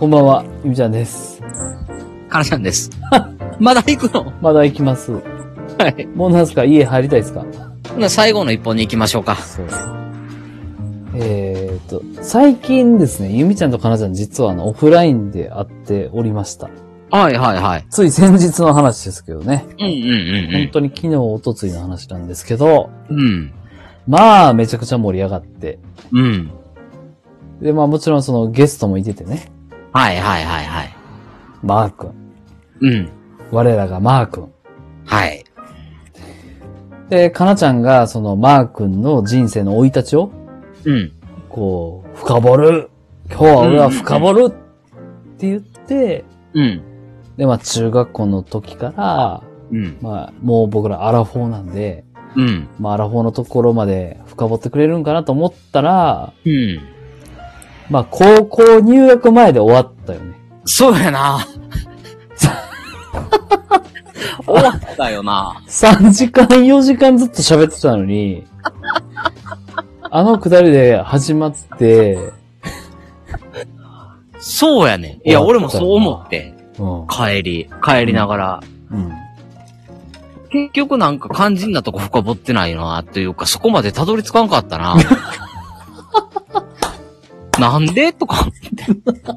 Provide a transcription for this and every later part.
こんばんは、ゆみちゃんです。 かなちゃんです。まだ行くの？ まだ行きます。 はい。 もうなんすか、家入りたいですか？ 最後の一本に行きましょうか。 そう。最近ですね、ゆみちゃんとかなちゃん実はオフラインで会っておりました。 はいはいはい。 つい先日の話ですけどね。 うんうんうん、 本当に昨日、おとついの話なんですけど、 うん。 まあ、めちゃくちゃ盛り上がって。 うん。 で、まあもちろんそのゲストもいててね。 はいはいはいはい。 マー君。 うん。 我らがマー君。 はい。 で、かなちゃんがそのマー君の人生の生い立ちを、 うん。 こう、深掘る。今日は俺は深掘るって言って、 うん。 で、まあ中学校の時から、 うん。 まあもう僕らアラフォーなんで、 うん。 まあアラフォーのところまで深掘ってくれるんかなと思ったら、 うん。 まあ高校入学前で終わったよね。 そうやな。終わったよな。 3時間4時間ずっと喋ってたのに、あのくだりで始まって、 そうやね。いや、俺もそう思って。 うん、 帰りながら。 うん。 結局なんか肝心なとこ深掘ってないな、というか、そこまでたどり着かんかったな。なんでとか思って。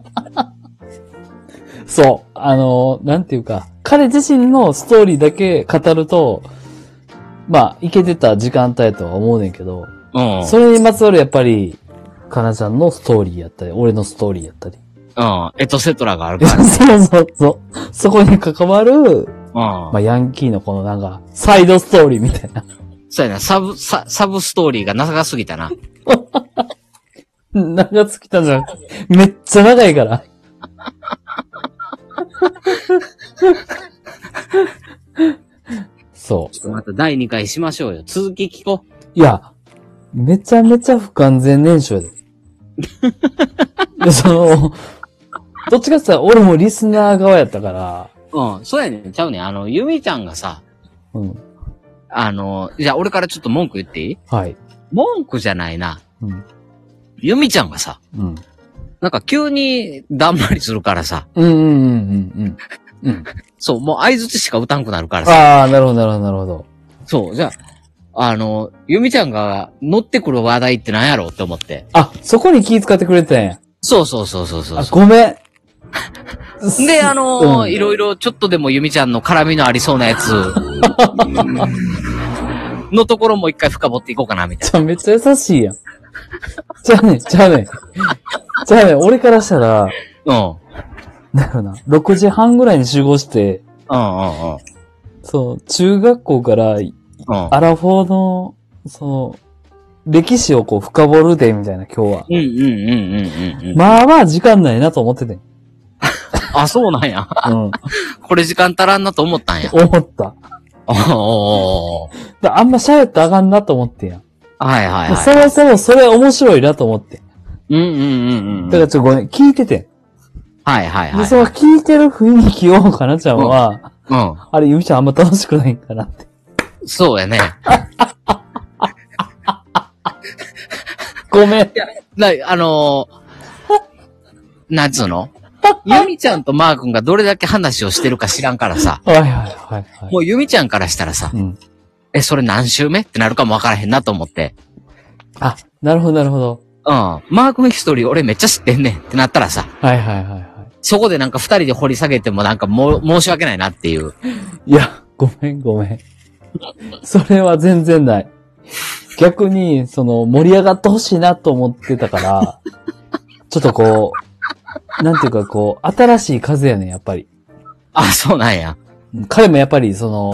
そう。なんていうか、彼自身のストーリーだけ語ると、まあ、いけてた時間帯とは思うねんけど、 うん。 それにまつわるやっぱり、かなちゃんのストーリーやったり、俺のストーリーやったり。 うん。エトセトラがあるから、ね。 そうそうそう。そこに関わる、 うん。 まあ、ヤンキーのこのなんか、サイドストーリーみたいな。 そうやな、サブストーリーが長すぎたな。 長すぎたじゃん。めっちゃ長いから。そう。 ちょっとまた第2回しましょうよ。続き聞こう。 いや、めちゃめちゃ不完全燃焼やで。で、どっちかって言ったら俺もリスナー側やったから。 うん、そうやねん。ちゃうねん。ゆみちゃんがさ、 うん。 じゃあ俺からちょっと文句言っていい？ はい。 文句じゃないな。 うん。 ゆみちゃんがさ、 うん。 なんか急にだんまりするからさ。 うんうんうんうんうん。 そう、もう相槌しか打たんくなるからさ。 ああ、なるほどなるほどなるほど。 そう、じゃあ、ゆみちゃんが乗ってくる話題って何やろうって思って。 あ、そこに気遣ってくれてたんや。 そうそうそうそうそう。 あ、ごめん。 で、いろいろちょっとでもゆみちゃんの絡みのありそうなやつのところも一回深掘っていこうかな、みたいな。 めっちゃ優しいやん。じゃあね、俺からしたら、 うん。 なるな。6時半ぐらいに集合して、 うんうんうん。 そう、中学校から、アラフォーの、歴史をこう深掘るで、みたいな今日は。 うんうんうんうんうん。 まあまあ時間ないなと思ってて。 あ、そうなんや。 うん。 これ時間足らんなと思ったんや。 思った。 おー。 あんま喋ったらあかんなと思ってんやん。 はいはいはい。 そもそもそれ面白いなと思って。 うんうんうんうん。 だからちょっとごめん、聞いてて。 はいはいはい。 で、その聞いてる雰囲気をかなちゃんは、 うん。 あれ、ゆみちゃんあんま楽しくないんかなって。 そうやね。 ごめん。 なんつうのゆみちゃんとマー君がどれだけ話をしてるか知らんからさ。 はいはいはい、はい。 もうゆみちゃんからしたらさ、 うん、 それ何週目ってなるかもわからへんなと思って。 あ、なるほどなるほど。 うん。マー君ヒストリー俺めっちゃ知ってんねんってなったらさ。 はいはいはいはい。 そこでなんか二人で掘り下げてもなんか申し訳ないなっていう。 いや、ごめん。それは全然ない。逆に、盛り上がってほしいなと思ってたから、ちょっとこう、なんていうかこう、新しい風やねん、やっぱり。 あ、そうなんや。 彼もやっぱり友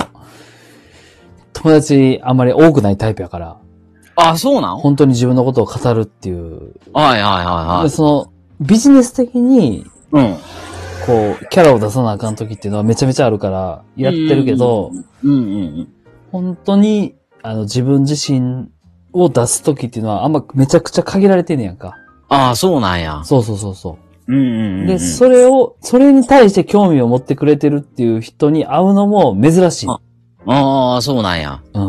達あんまり多くないタイプやから。 あ、そうなん？ 本当に自分のことを語るっていう。 はいはいはいはい。 で、ビジネス的に、 うん。 こう、キャラを出さなあかん時っていうのはめちゃめちゃあるから、やってるけど、本当に、自分自身を出す時っていうのはめちゃくちゃ限られてんねやんか。 ああ、そうなんや。 そう。で、それに対して興味を持ってくれてるっていう人に会うのも珍しい。 ああ、そうなんや。 うん。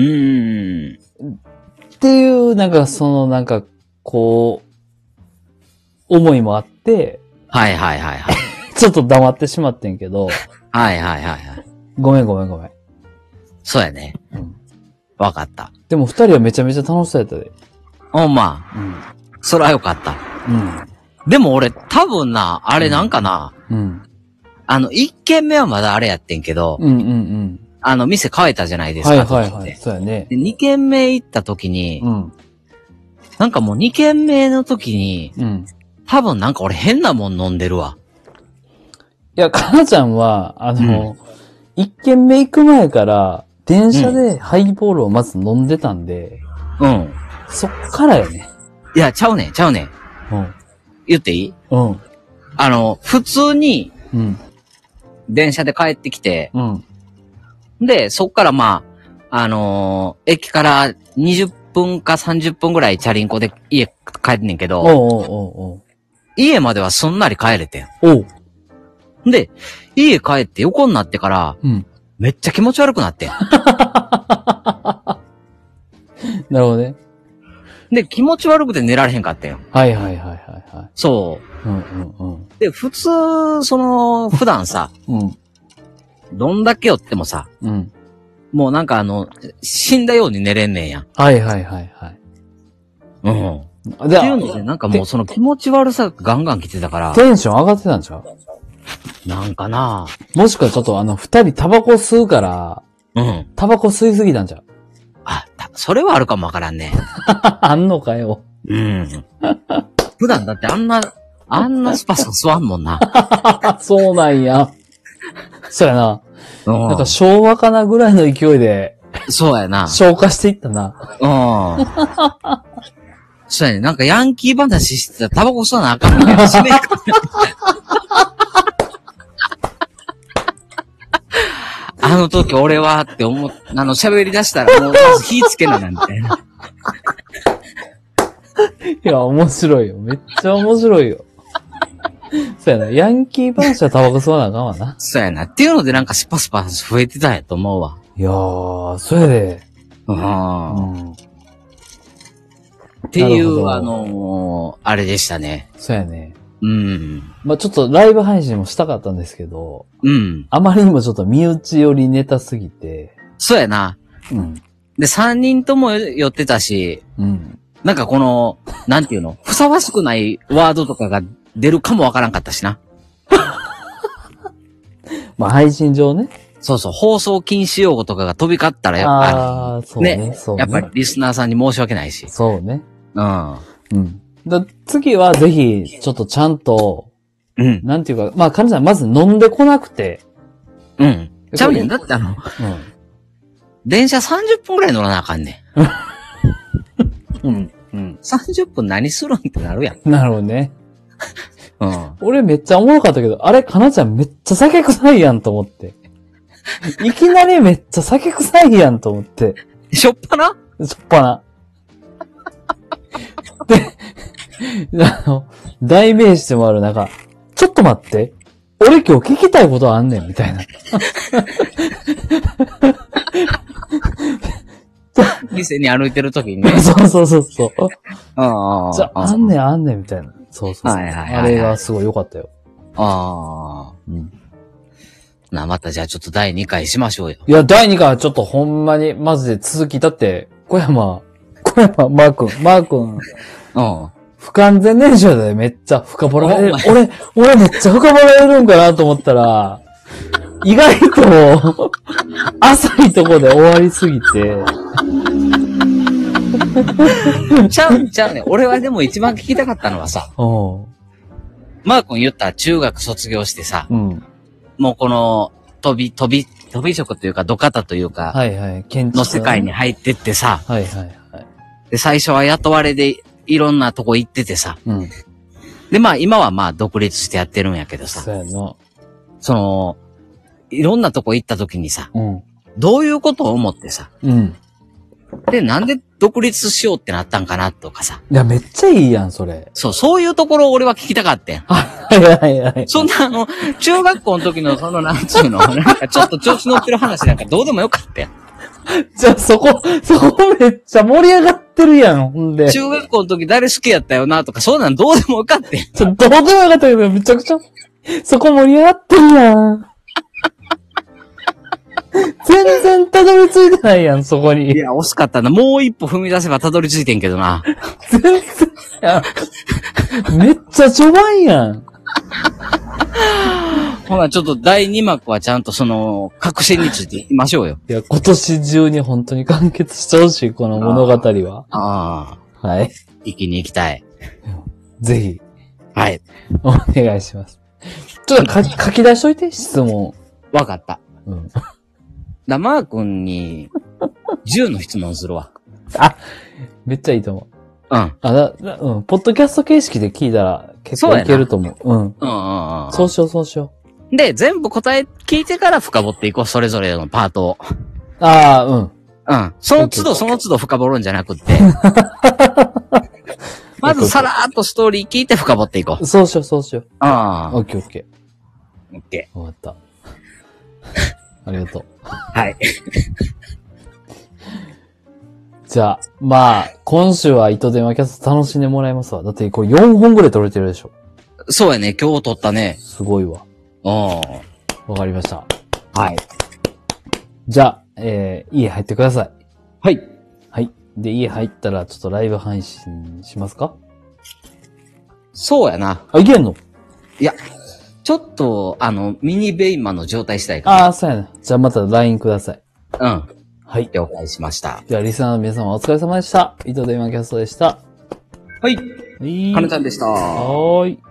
っていう、こう、思いもあって、 はいはいはいはい。 ちょっと黙ってしまってんけど、 はいはいはいはい。 ごめんごめんごめん。 そうやね。 うん。 わかった。 でも二人はめちゃめちゃ楽しそうやったで。 ほんま。 うん。 それはよかった。 うん。 でも俺多分な、あれなんかな、 うん。 一軒目はまだあれやってんけど、 うんうん店変えたじゃないでうん。はすか。 いはいはい。そうやね。 で、2軒目行った時に、 うん。 なんかもう2軒目の時に、 うん。 多分なんか俺変なもん飲んでるわ。 いや、かなちゃんは、一軒目行く前から、電車でハイボールをまず飲んでたんで、 うん。 そっからよね。 いや、ちゃうねん。 うん。 言っていい？ うん。 普通にうん。 電車で帰ってきて、 うん。 で、そっからまあ、駅から20分か30分ぐらいチャリンコで家帰んねんけど、 おうおうおう家まではすんなり帰れてん。 おう。おう。 で、家帰って横になってから、 うん。 めっちゃ気持ち悪くなってん。 なるほどね。 で、気持ち悪くて寝られへんかったよ。 はいはいはいはいはい。 そうんうんうん。 う。で、普通、普段さ、 うん。 どんだけ寄ってもさ、 うん。 もうなんか死んだように寝れんねんや。 はいはいはいはい。 うん。っで、 ていうので、なんかもうその気持ち悪さがガンガン来てたから、 テンション上がってたんちゃう？ なんかなもしくはちょっと二人タバコ吸うから、 うん。 タバコ吸いすぎたんちゃう？ それはあるかもわからんね。 あんのかよ。 うん。普段だってあんなスパスパ吸わんもんな。 そうなんや。そうやな。 うん。 なんか昭和かなぐらいの勢いでそうやな。 消化していったな。 うん。そうやね。なんかヤンキー話してたらタバコ吸わなあかんみたいな。締めあの時俺はって喋り出したらもうまず火つけななんて。 いや、面白いよ。めっちゃ面白いよ。そうやな。ヤンキー話はタバコ吸わなあかんわな。 そうやな。っていうのでなんかスパスパ増えてたんやと思うわ。 いやー、それで。 うん。っていう、あれでしたね。 そうやね。 うん。 まあちょっとライブ配信もしたかったんですけど、 うん。 あまりにもちょっと身内寄りネタすぎて、 そうやな。 うん。 で、3人とも寄ってたし、 うん。 なんかなんていうの、ふさわしくないワードとかが出るかもわからんかったしな。 まあ配信上ね。 そうそう、放送禁止用語とかが飛び交ったらやっぱそうね。 ねそうね。 やっぱりリスナーさんに申し訳ないし。 そうね。 うん。 うん。次はぜひ、ちょっとちゃんと、 うん。 なんていうか、まあ、かなちゃんまず飲んでこなくて、 うん。ちゃうねん。だって電車30分くらい乗らなあかんねん。 うん。うん。うん。 30分何するんってなるやん。 なるほどね。 うん。 俺めっちゃおもろかったけど、あれ、かなちゃんめっちゃ酒臭いやんと思って。いきなりめっちゃ酒臭いやんと思って。 しょっぱなしょっぱな。で、代名詞でもあるなんか、ちょっと待って。俺今日聞きたいことあんねん、みたいな。 店に歩いてる時にね。 そうそうそうそう。 ああんねん、みたいな。そうそう。 はいはいはいはいあれがすごい良かったよ。 ああ。 うん。 またじゃあちょっと第2回しましょうよ。 いや、第2回はちょっとほんまに、マジで続き。だって、小山、マー君、 うん。 不完全燃焼でめっちゃ深掘られる。俺めっちゃ深掘られるんかなと思ったら、意外と、浅いとこで終わりすぎて。 ちゃうね。俺はでも一番聞きたかったのはさ、マー君言った中学卒業してさ、 うん。 もうこの飛び職というか、土方というか、 はいはい。建築の世界に入ってってさ、 はいはいはい。 で、最初は雇われでいろんなとこ行っててさ、 うん。 で、まあ今はまあ独立してやってるんやけどそうさ、 やな。 いろんなとこ行った時にさ、 うん。 どういうことを思ってさ、 うん。 で、なんで独立しようってなったんかなとかさ、 いや、めっちゃいいやん、それ。 そういうところを俺は聞きたかったん。 はいはいはい。 そんな中学校の時のなんつうの、なんかちょっと調子乗ってる話なんかどうでもよかったやん。 じゃあそこめっちゃ盛り上がっってるやん、ほんで。 中学校の時誰好きやったよなとか、そうなんどうでもよかってん。 どうでもよかったけど、めちゃくちゃ、そこ盛り上がってるやん。全然たどり着いてないやん、そこに。 いや、惜しかったな。もう一歩踏み出せばたどり着いてんけどな。 全然やん。めっちゃ序盤やん。 ほな、ちょっと第2幕はちゃんとその、確信についていきましょうよ。 いや、今年中に本当に完結してほしい、この物語は。 ああ。 はい。 生きに行きたい。 ぜひ、 はい。 お願いします。ちょっと書き出しといて、質問。 わかった。 うん。 マー君に、10の質問するわ。 あ、めっちゃいいと思う。 うん。 うん。ポッドキャスト形式で聞いたら結構いけると思う。うん。 うんうんうん。 そうしよう、そうしよで、全部答え聞いてから深掘っていこう。それぞれのパートを。 う。ああ、うん。 うん。その都度その都度深掘るんじゃなくって。まずさらーっとストーリー聞いて深掘っていこう。 そうしよう、そうしよう。 ああ。 オッケーオッケー。 オッケ終わった。ありがとう。 ー。はい。 じゃあ、まあ、今週は糸電話キャスト楽しんでもらいますわ。だってこれ4本ぐらい撮れてるでしょ。 そうやね。今日撮ったね。 すごいわ。 うん。 わかりました。 はい。 じゃあ、家入ってください。 はい。 はい。で、家入ったらちょっとライブ配信しますか？ そうやな。 あ、いけんの？ いや、ちょっと、ミニベイマの状態したいから。 ああ、そうやな。じゃあまた LINE ください。 うん。 はい。 了解しました。 では、リスナーの皆様お疲れ様でした。糸電話キャストでした。 はい。 はい。 かなちゃんでした。 はーい。